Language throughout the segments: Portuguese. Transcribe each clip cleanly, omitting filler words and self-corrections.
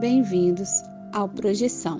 Bem-vindos ao Projeção.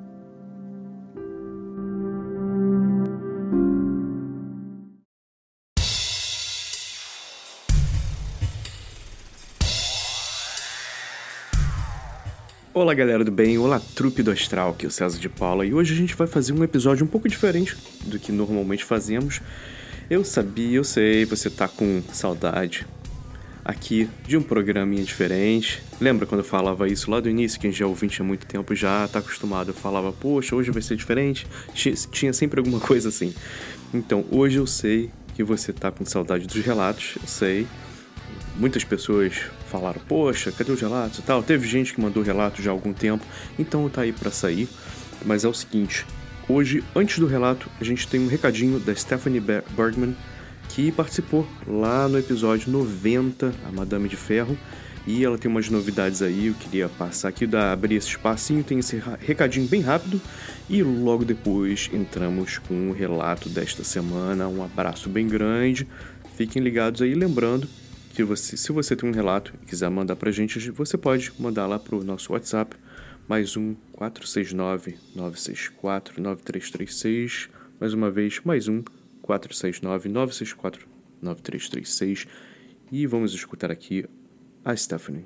Olá galera do bem, olá trupe do astral, aqui é o César de Paula e hoje a gente vai fazer um episódio um pouco diferente do que normalmente fazemos. Eu sei, você tá com saudade aqui de um programinha diferente. Lembra quando eu falava isso lá do início, quem já é ouvinte há muito tempo já tá acostumado. Eu falava, poxa, hoje vai ser diferente, tinha sempre alguma coisa assim. Então hoje eu sei que você tá com saudade dos relatos, eu sei. Muitas pessoas falaram, poxa, cadê os relatos e tal? Teve gente que mandou relato já há algum tempo, então tá aí pra sair. Mas é o seguinte, hoje, antes do relato, a gente tem um recadinho da Stephanie Bergman, que participou lá no episódio 90, a Madame de Ferro, e ela tem umas novidades aí, eu queria passar aqui, abrir esse espacinho, tem esse recadinho bem rápido, e logo depois entramos com o relato desta semana. Um abraço bem grande, fiquem ligados aí, lembrando que se você tem um relato e quiser mandar pra gente, você pode mandar lá pro nosso WhatsApp, mais um 469-964-9336, mais uma vez, mais um 469-964-9336, e vamos escutar aqui a Stephanie.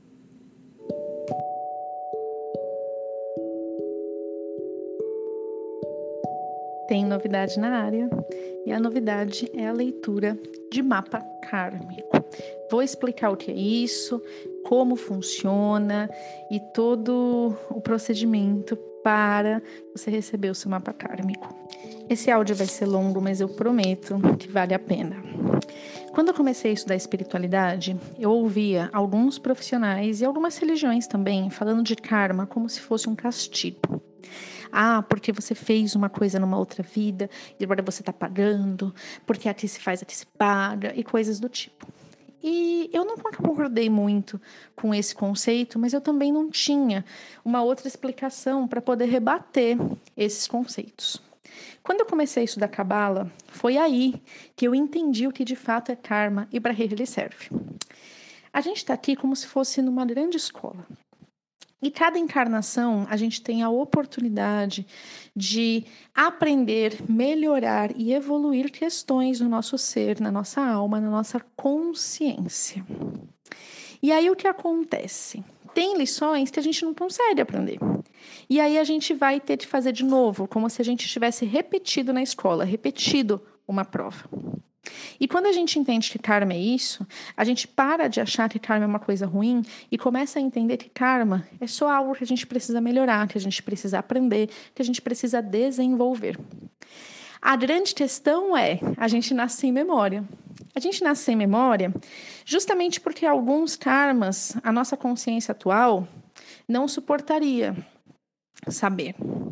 Tem novidade na área, e a novidade é a leitura de mapa kármico. Vou explicar o que é isso, como funciona e todo o procedimento para você receber o seu mapa kármico. Esse áudio vai ser longo, mas eu prometo que vale a pena. Quando eu comecei a estudar espiritualidade, eu ouvia alguns profissionais e algumas religiões também falando de karma como se fosse um castigo. Ah, porque você fez uma coisa numa outra vida e agora você está pagando, porque aqui se faz, aqui se paga e coisas do tipo. E eu nunca concordei muito com esse conceito, mas eu também não tinha uma outra explicação para poder rebater esses conceitos. Quando eu comecei a estudar Cabala, foi aí que eu entendi o que de fato é karma e para que ele serve. A gente está aqui como se fosse numa grande escola. E cada encarnação, a gente tem a oportunidade de aprender, melhorar e evoluir questões no nosso ser, na nossa alma, na nossa consciência. E aí o que acontece? Tem lições que a gente não consegue aprender. E aí a gente vai ter de fazer de novo, como se a gente tivesse repetido na escola, repetido uma prova. E quando a gente entende que karma é isso, a gente para de achar que karma é uma coisa ruim e começa a entender que karma é só algo que a gente precisa melhorar, que a gente precisa aprender, que a gente precisa desenvolver. A grande questão é, a gente nasce sem memória. A gente nasce sem memória justamente porque alguns karmas, a nossa consciência atual, não suportaria saber.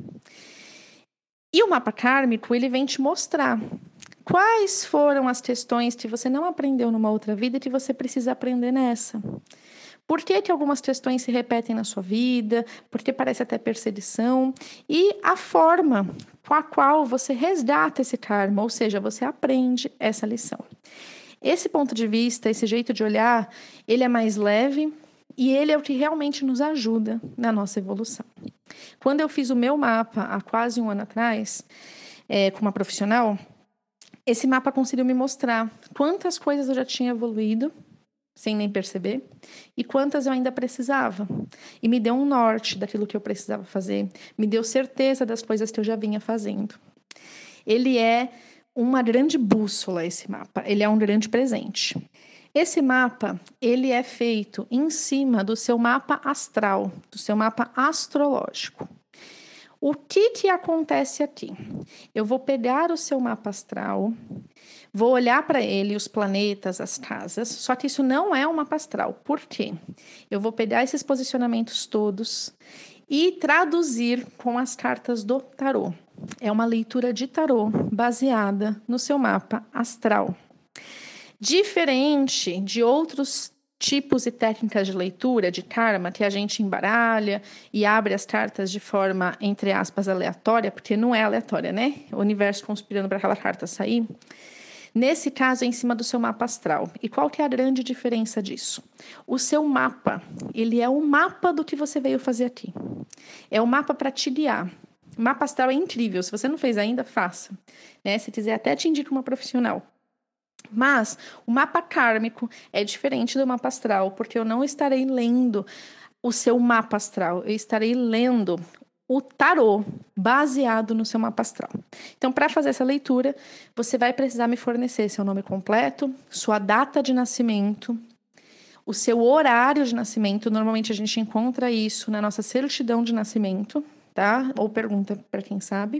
E o mapa kármico, ele vem te mostrar quais foram as questões que você não aprendeu numa outra vida e que você precisa aprender nessa. Por que algumas questões se repetem na sua vida? Porque parece até perseguição. E a forma com a qual você resgata esse karma, ou seja, você aprende essa lição. Esse ponto de vista, esse jeito de olhar, ele é mais leve e ele é o que realmente nos ajuda na nossa evolução. Quando eu fiz o meu mapa há quase um ano atrás, com uma profissional, esse mapa conseguiu me mostrar quantas coisas eu já tinha evoluído, sem nem perceber, e quantas eu ainda precisava. E me deu um norte daquilo que eu precisava fazer, me deu certeza das coisas que eu já vinha fazendo. Ele é uma grande bússola, esse mapa, ele é um grande presente. Esse mapa, ele é feito em cima do seu mapa astral, do seu mapa astrológico. O que acontece aqui? Eu vou pegar o seu mapa astral, vou olhar para ele, os planetas, as casas, só que isso não é um mapa astral. Por quê? Eu vou pegar esses posicionamentos todos e traduzir com as cartas do tarô. É uma leitura de tarô baseada no seu mapa astral. Diferente de outros tipos e técnicas de leitura de karma que a gente embaralha e abre as cartas de forma, entre aspas, aleatória, porque não é aleatória, né? O universo conspirando para aquela carta sair. Nesse caso, é em cima do seu mapa astral. E qual que é a grande diferença disso? O seu mapa, ele é o mapa do que você veio fazer aqui. É o mapa para te guiar. O mapa astral é incrível. Se você não fez ainda, faça. Né? Se quiser, até te indico uma profissional. Mas o mapa kármico é diferente do mapa astral, porque eu não estarei lendo o seu mapa astral. Eu estarei lendo o tarô baseado no seu mapa astral. Então, para fazer essa leitura, você vai precisar me fornecer seu nome completo, sua data de nascimento, o seu horário de nascimento. Normalmente a gente encontra isso na nossa certidão de nascimento, tá? Ou pergunta para quem sabe.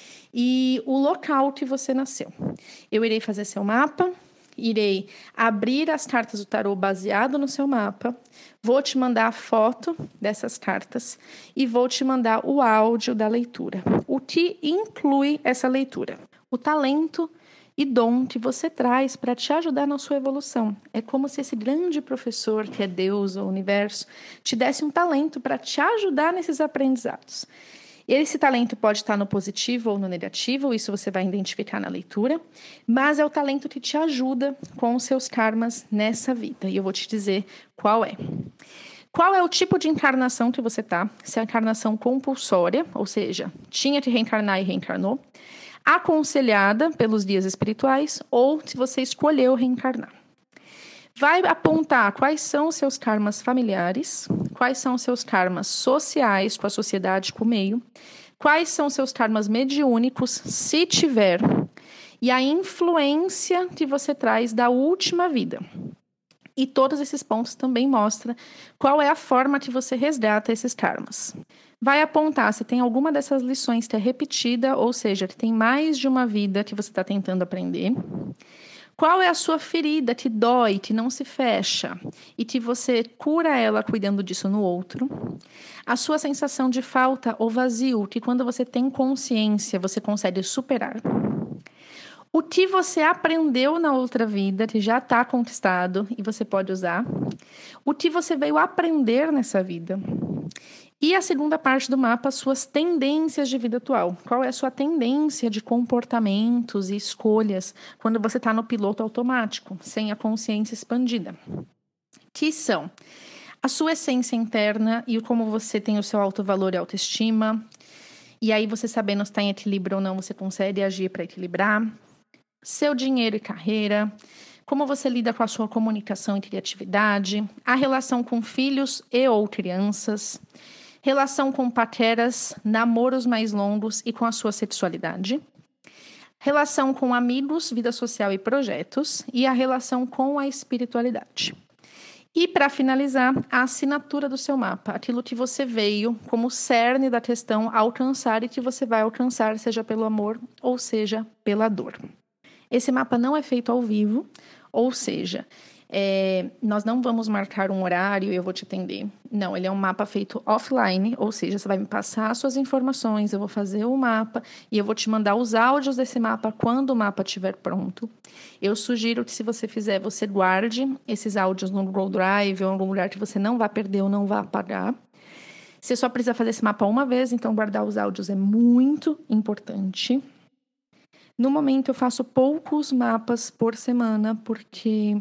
E o local que você nasceu. Eu irei fazer seu mapa, irei abrir as cartas do tarô baseado no seu mapa, vou te mandar a foto dessas cartas e vou te mandar o áudio da leitura. O que inclui essa leitura? O talento e dom que você traz para te ajudar na sua evolução. É como se esse grande professor, que é Deus ou Universo, te desse um talento para te ajudar nesses aprendizados. Esse talento pode estar no positivo ou no negativo, isso você vai identificar na leitura, mas é o talento que te ajuda com os seus karmas nessa vida, e eu vou te dizer qual é. Qual é o tipo de encarnação que você está? Se é a encarnação compulsória, ou seja, tinha que reencarnar e reencarnou, aconselhada pelos guias espirituais, ou se você escolheu reencarnar. Vai apontar quais são os seus karmas familiares, quais são os seus karmas sociais com a sociedade, com o meio, quais são os seus karmas mediúnicos, se tiver, e a influência que você traz da última vida. E todos esses pontos também mostram qual é a forma que você resgata esses karmas. Vai apontar se tem alguma dessas lições que é repetida, ou seja, que tem mais de uma vida que você está tentando aprender. Qual é a sua ferida que dói, que não se fecha e que você cura ela cuidando disso no outro? A sua sensação de falta ou vazio, que quando você tem consciência, você consegue superar? O que você aprendeu na outra vida, que já está conquistado e você pode usar? O que você veio aprender nessa vida? E a segunda parte do mapa, suas tendências de vida atual. Qual é a sua tendência de comportamentos e escolhas quando você está no piloto automático, sem a consciência expandida? Que são a sua essência interna e como você tem o seu autovalor e autoestima. E aí você sabendo se está em equilíbrio ou não, você consegue agir para equilibrar. Seu dinheiro e carreira. Como você lida com a sua comunicação e criatividade. A relação com filhos e ou crianças. Relação com paqueras, namoros mais longos e com a sua sexualidade. Relação com amigos, vida social e projetos. E a relação com a espiritualidade. E, para finalizar, a assinatura do seu mapa. Aquilo que você veio como cerne da questão a alcançar e que você vai alcançar, seja pelo amor ou seja pela dor. Esse mapa não é feito ao vivo, ou seja... nós não vamos marcar um horário e eu vou te atender. Não, ele é um mapa feito offline, ou seja, você vai me passar as suas informações, eu vou fazer o mapa e eu vou te mandar os áudios desse mapa quando o mapa estiver pronto. Eu sugiro que se você fizer, você guarde esses áudios no Google Drive ou em algum lugar que você não vai perder ou não vai apagar. Você só precisa fazer esse mapa uma vez, então guardar os áudios é muito importante. No momento eu faço poucos mapas por semana, porque...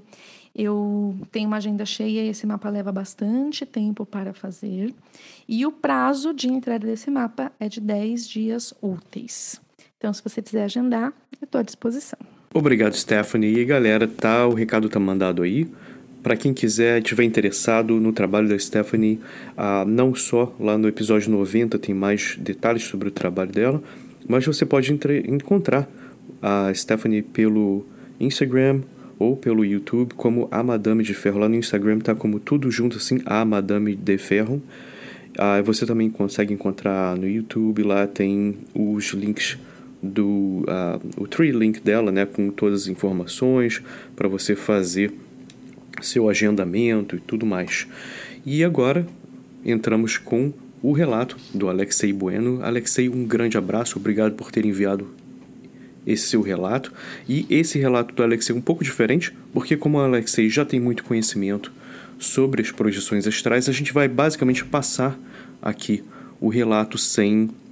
eu tenho uma agenda cheia e esse mapa leva bastante tempo para fazer. E o prazo de entrega desse mapa é de 10 dias úteis. Então, se você quiser agendar, eu estou à disposição. Obrigado, Stephanie. E galera, o recado tá mandado aí. Para quem quiser, estiver interessado no trabalho da Stephanie, não só lá no episódio 90 tem mais detalhes sobre o trabalho dela, mas você pode encontrar a Stephanie pelo Instagram ou pelo YouTube como a Madame de Ferro. Lá no Instagram tá como tudo junto assim, a Madame de Ferro. Você também consegue encontrar no YouTube, lá tem os links o tree link dela, né, com todas as informações para você fazer seu agendamento e tudo mais. E agora entramos com o relato do Alexei Bueno. Alexei, um grande abraço, obrigado por ter enviado esse seu relato. E esse relato do Alexei é um pouco diferente, porque como o Alexei já tem muito conhecimento sobre as projeções astrais, a gente vai basicamente passar aqui o relato sem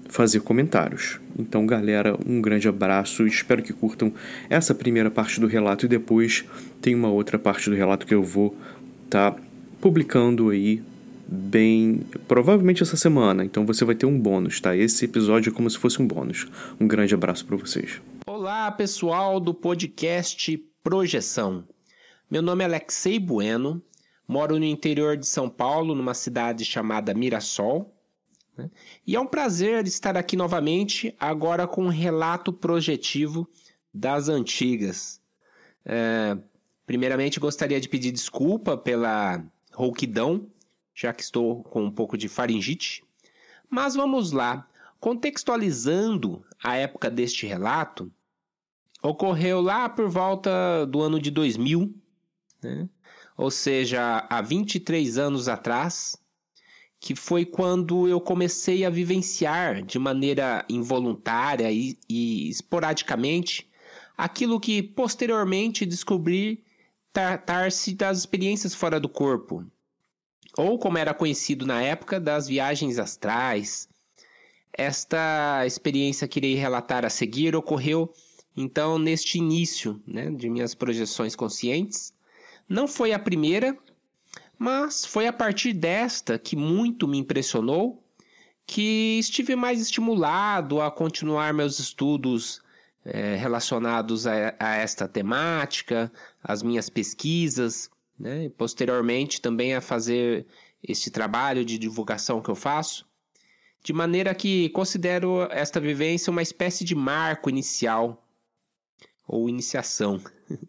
fazer comentários. Então, galera, um grande abraço, espero que curtam essa primeira parte do relato e depois tem uma outra parte do relato que eu vou estar publicando aí bem, provavelmente essa semana, então você vai ter um bônus, tá? Esse episódio é como se fosse um bônus. Um grande abraço para vocês. Olá, pessoal do podcast Projeção. Meu nome é Alexei Bueno, moro no interior de São Paulo, numa cidade chamada Mirassol, né? E é um prazer estar aqui novamente, agora com um relato projetivo das antigas. Primeiramente, gostaria de pedir desculpa pela rouquidão, já que estou com um pouco de faringite. Mas vamos lá. Contextualizando a época deste relato, ocorreu lá por volta do ano de 2000, né? Ou seja, há 23 anos atrás, que foi quando eu comecei a vivenciar de maneira involuntária e esporadicamente aquilo que posteriormente descobri tratar-se das experiências fora do corpo, ou como era conhecido na época, das viagens astrais. Esta experiência que irei relatar a seguir ocorreu, então, neste início, né, de minhas projeções conscientes. Não foi a primeira, mas foi a partir desta que muito me impressionou, que estive mais estimulado a continuar meus estudos relacionados a esta temática, as minhas pesquisas, né? E posteriormente também a fazer este trabalho de divulgação que eu faço, de maneira que considero esta vivência uma espécie de marco inicial ou iniciação.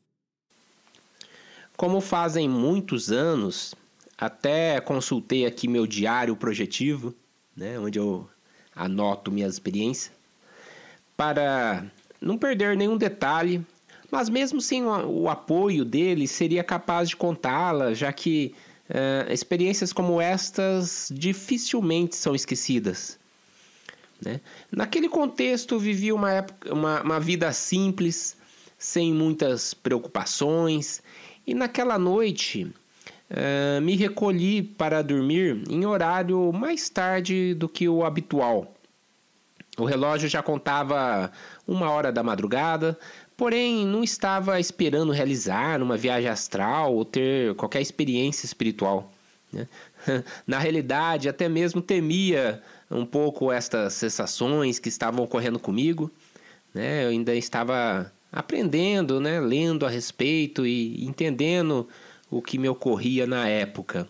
Como fazem muitos anos, até consultei aqui meu diário projetivo, né, onde eu anoto minhas experiências, para não perder nenhum detalhe, mas mesmo sem o apoio dele, seria capaz de contá-la, já que experiências como estas dificilmente são esquecidas, né? Naquele contexto, vivi uma vida simples, sem muitas preocupações, e naquela noite me recolhi para dormir em horário mais tarde do que o habitual. O relógio já contava 1h da madrugada, porém não estava esperando realizar uma viagem astral ou ter qualquer experiência espiritual, né? Na realidade, até mesmo temia um pouco estas sensações que estavam ocorrendo comigo, né? Eu ainda estava aprendendo, né? Lendo a respeito e entendendo o que me ocorria na época.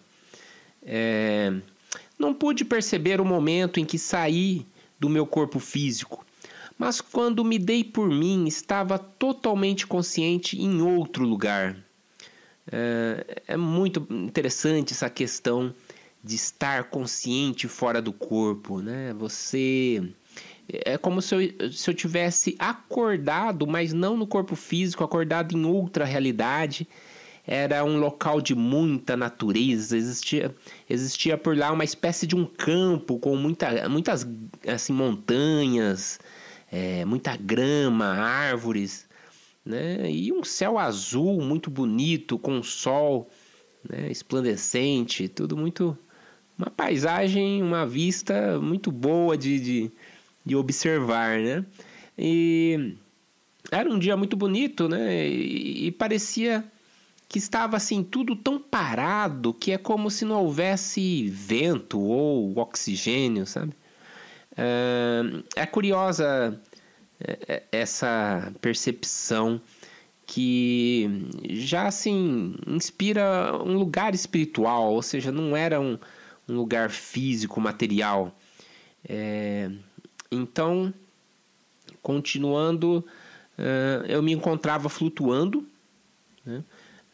Não pude perceber o momento em que saí do meu corpo físico, mas quando me dei por mim, estava totalmente consciente em outro lugar. É muito interessante essa questão de estar consciente fora do corpo, né? É como se eu tivesse acordado, mas não no corpo físico, acordado em outra realidade. Era um local de muita natureza, existia por lá uma espécie de um campo com muitas assim, montanhas, muita grama, árvores, né? E um céu azul muito bonito, com um sol, né, esplandecente, tudo muito... Uma paisagem, uma vista muito boa de observar, né? E era um dia muito bonito, né? E parecia que estava assim tudo tão parado que é como se não houvesse vento ou oxigênio, sabe? É curiosa essa percepção que já assim inspira um lugar espiritual, ou seja, não era um lugar físico, material. Então, continuando, eu me encontrava flutuando, né?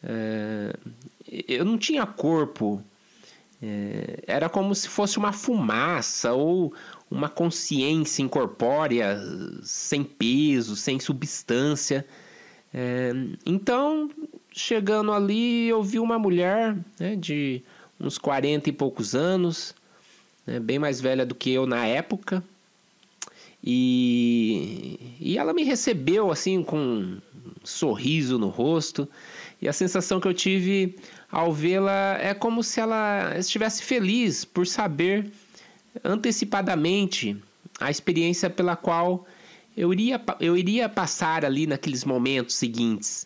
Eu não tinha corpo, era como se fosse uma fumaça ou uma consciência incorpórea, sem peso, sem substância. Então, chegando ali, eu vi uma mulher, né, de uns 40 e poucos anos, né, bem mais velha do que eu na época, e ela me recebeu assim com um sorriso no rosto, e a sensação que eu tive ao vê-la é como se ela estivesse feliz por saber antecipadamente a experiência pela qual eu iria passar ali naqueles momentos seguintes.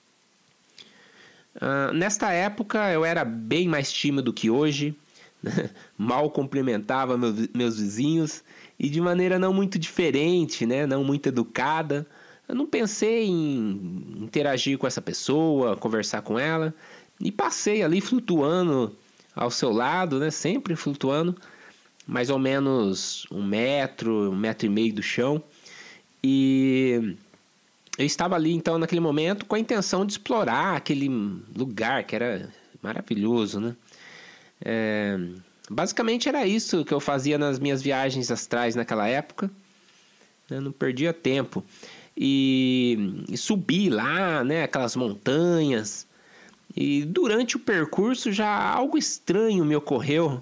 Nesta época eu era bem mais tímido que hoje, né? Mal cumprimentava meus vizinhos e de maneira não muito diferente, né? Não muito educada. Eu não pensei em interagir com essa pessoa, conversar com ela, e passei ali flutuando ao seu lado, né? Sempre flutuando, mais ou menos 1 metro e meio do chão. E eu estava ali, então, naquele momento, com a intenção de explorar aquele lugar que era maravilhoso, né? Basicamente era isso que eu fazia nas minhas viagens astrais naquela época. Eu não perdia tempo. E subi lá, né, aquelas montanhas. E durante o percurso já algo estranho me ocorreu.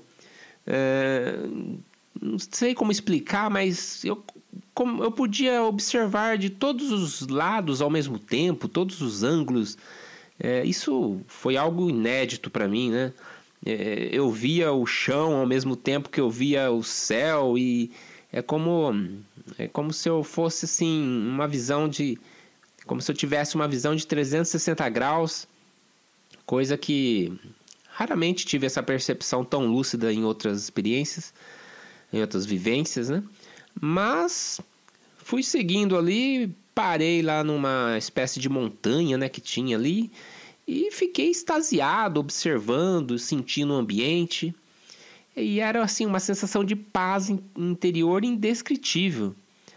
Não sei como explicar, mas eu podia observar de todos os lados ao mesmo tempo, todos os ângulos. Isso foi algo inédito para mim, né? Eu via o chão ao mesmo tempo que eu via o céu, e é como se eu fosse assim, como se eu tivesse uma visão de 360 graus, coisa que raramente tive essa percepção tão lúcida em outras experiências, em outras vivências, né? Mas fui seguindo ali, parei lá numa espécie de montanha, né, que tinha ali, e fiquei extasiado, observando, sentindo o ambiente. E era assim uma sensação de paz interior indescritível.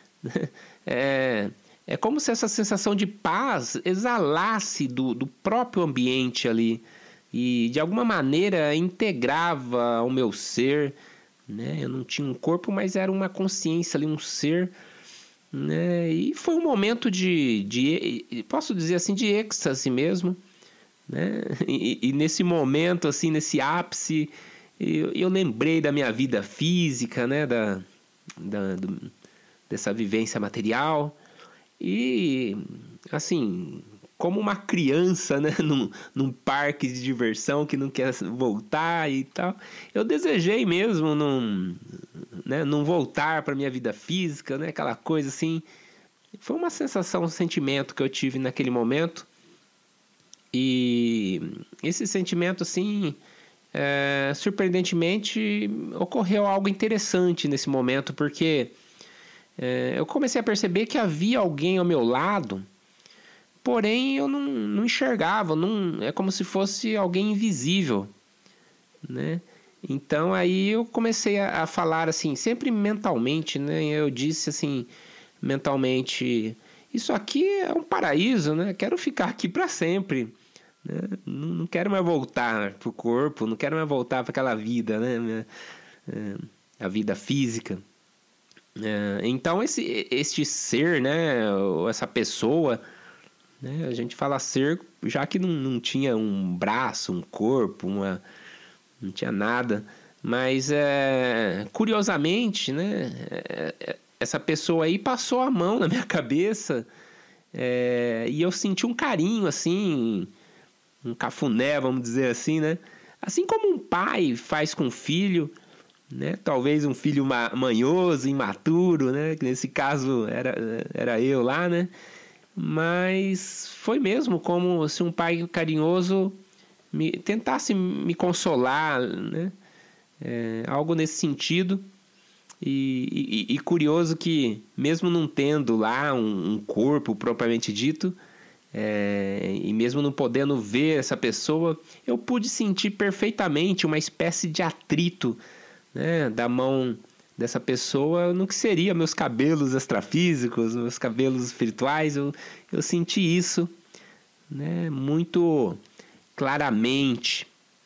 É como se essa sensação de paz exalasse do próprio ambiente ali, e de alguma maneira integrava ao meu ser, né? Eu não tinha um corpo, mas era uma consciência ali, um ser, né? E foi um momento posso dizer assim, de êxtase mesmo, né? E nesse momento, assim, nesse ápice, eu lembrei da minha vida física, né? Dessa vivência material. E, assim, como uma criança, né? Num parque de diversão que não quer voltar e tal, eu desejei mesmo não voltar para a minha vida física, né? Aquela coisa assim. Foi uma sensação, um sentimento que eu tive naquele momento. E esse sentimento, assim, surpreendentemente, ocorreu algo interessante nesse momento, porque eu comecei a perceber que havia alguém ao meu lado, porém eu não enxergava, é como se fosse alguém invisível, né? Então aí eu comecei a falar assim, sempre mentalmente, né? Eu disse assim, mentalmente: isso aqui é um paraíso, né? Quero ficar aqui para sempre, né? Não quero mais voltar pro corpo, não quero mais voltar para aquela vida, né? A vida física. Então este ser, né? Ou essa pessoa, né? A gente fala ser, já que não tinha um braço, um corpo, não tinha nada, mas curiosamente, né? Essa pessoa aí passou a mão na minha cabeça, e eu senti um carinho, assim, um cafuné, vamos dizer assim, né? Assim como um pai faz com o filho, né? Talvez um filho manhoso, imaturo, né? Que nesse caso era eu lá, né? Mas foi mesmo como se um pai carinhoso tentasse me consolar, né? Algo nesse sentido. E curioso que, mesmo não tendo lá um corpo propriamente dito, e mesmo não podendo ver essa pessoa, eu pude sentir perfeitamente uma espécie de atrito, né, da mão dessa pessoa no que seria meus cabelos extrafísicos, meus cabelos espirituais. Eu senti isso, né, muito claramente.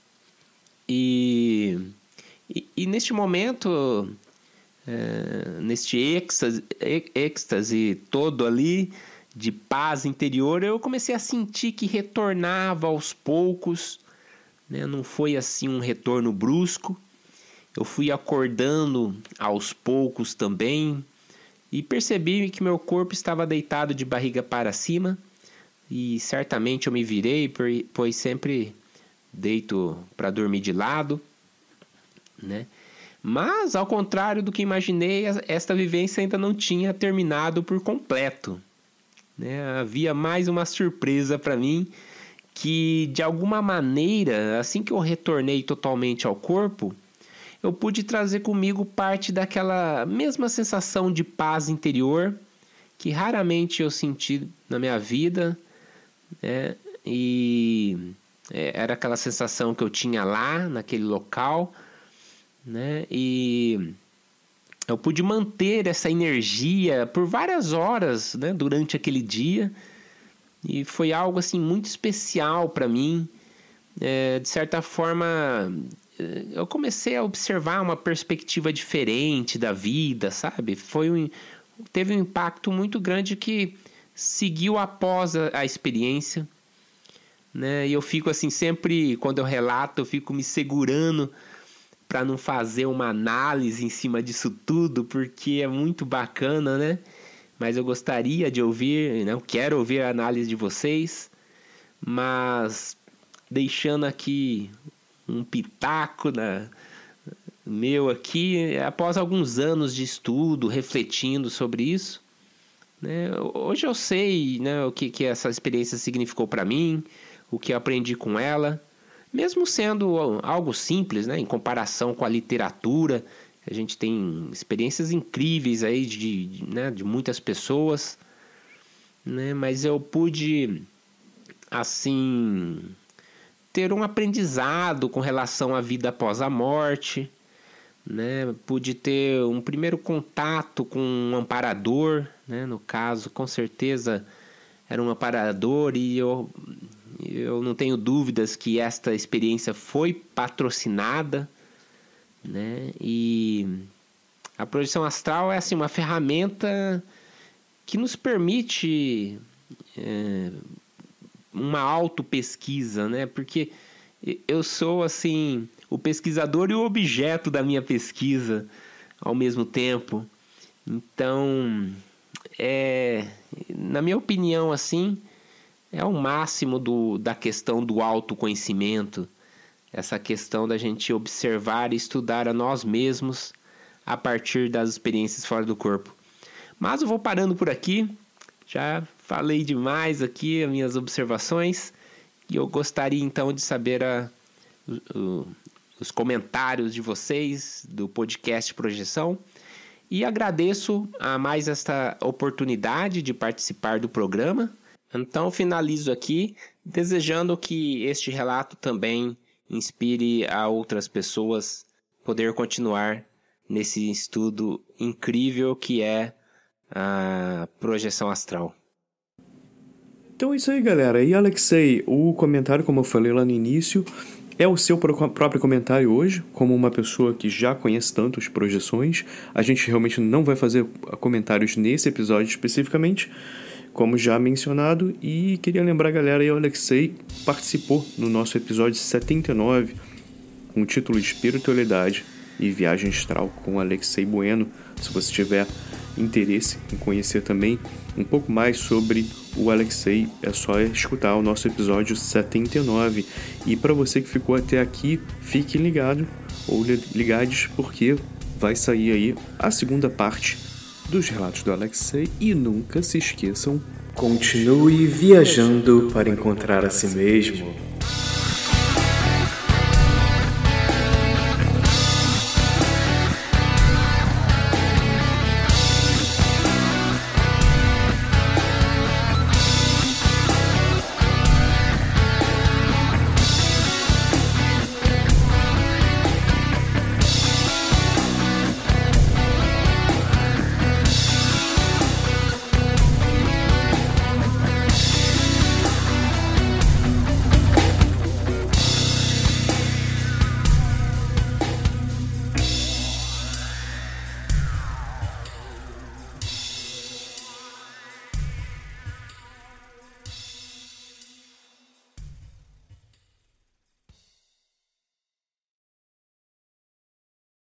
E neste momento, neste êxtase todo ali de paz interior, eu comecei a sentir que retornava aos poucos, né? Não foi assim um retorno brusco. Eu fui acordando aos poucos também, e percebi que meu corpo estava deitado de barriga para cima, e certamente eu me virei, pois sempre deito para dormir de lado, né? Mas, ao contrário do que imaginei, esta vivência ainda não tinha terminado por completo, né? Havia mais uma surpresa para mim, que de alguma maneira, assim que eu retornei totalmente ao corpo, eu pude trazer comigo parte daquela mesma sensação de paz interior que raramente eu senti na minha vida, né? E era aquela sensação que eu tinha lá, naquele local, né? E eu pude manter essa energia por várias horas, né, durante aquele dia, e foi algo assim muito especial para mim. De certa forma, eu comecei a observar uma perspectiva diferente da vida, sabe? Teve um impacto muito grande que seguiu após a experiência, né? E eu fico assim, sempre quando eu relato, eu fico me segurando para não fazer uma análise em cima disso tudo, porque é muito bacana, né? Mas eu gostaria de ouvir, né? Eu quero ouvir a análise de vocês, mas deixando aqui um pitaco meu aqui, após alguns anos de estudo, refletindo sobre isso, né? Hoje eu sei, né, o que essa experiência significou para mim, o que eu aprendi com ela, mesmo sendo algo simples, né, em comparação com a literatura. A gente tem experiências incríveis aí de muitas pessoas, né, mas eu pude, assim, ter um aprendizado com relação à vida após a morte, né, pude ter um primeiro contato com um amparador, né, no caso, com certeza era um amparador, e eu não tenho dúvidas que esta experiência foi patrocinada, né? E a projeção astral é assim, uma ferramenta que nos permite uma autopesquisa, né? Porque eu sou assim, o pesquisador e o objeto da minha pesquisa ao mesmo tempo. Então, na minha opinião, assim, é o máximo da questão do autoconhecimento, essa questão da gente observar e estudar a nós mesmos a partir das experiências fora do corpo. Mas eu vou parando por aqui, já falei demais aqui as minhas observações, e eu gostaria então de saber os comentários de vocês do podcast Projeção, e agradeço a mais esta oportunidade de participar do programa. Então finalizo aqui desejando que este relato também inspire a outras pessoas poder continuar nesse estudo incrível que é a projeção astral. Então é isso aí, galera. E Alexei, o comentário, como eu falei lá no início, é o seu próprio comentário hoje, como uma pessoa que já conhece tanto as projeções. A gente realmente não vai fazer comentários nesse episódio especificamente, como já mencionado, e queria lembrar, galera, o Alexei participou no nosso episódio 79, com o título Espiritualidade e Viagem Astral, com Alexei Bueno. Se você tiver interesse em conhecer também um pouco mais sobre o Alexei, é só escutar o nosso episódio 79. E para você que ficou até aqui, fique ligado ou ligados, porque vai sair aí a segunda parte dos relatos do Alexei. E nunca se esqueçam, continue viajando para encontrar a si mesmo.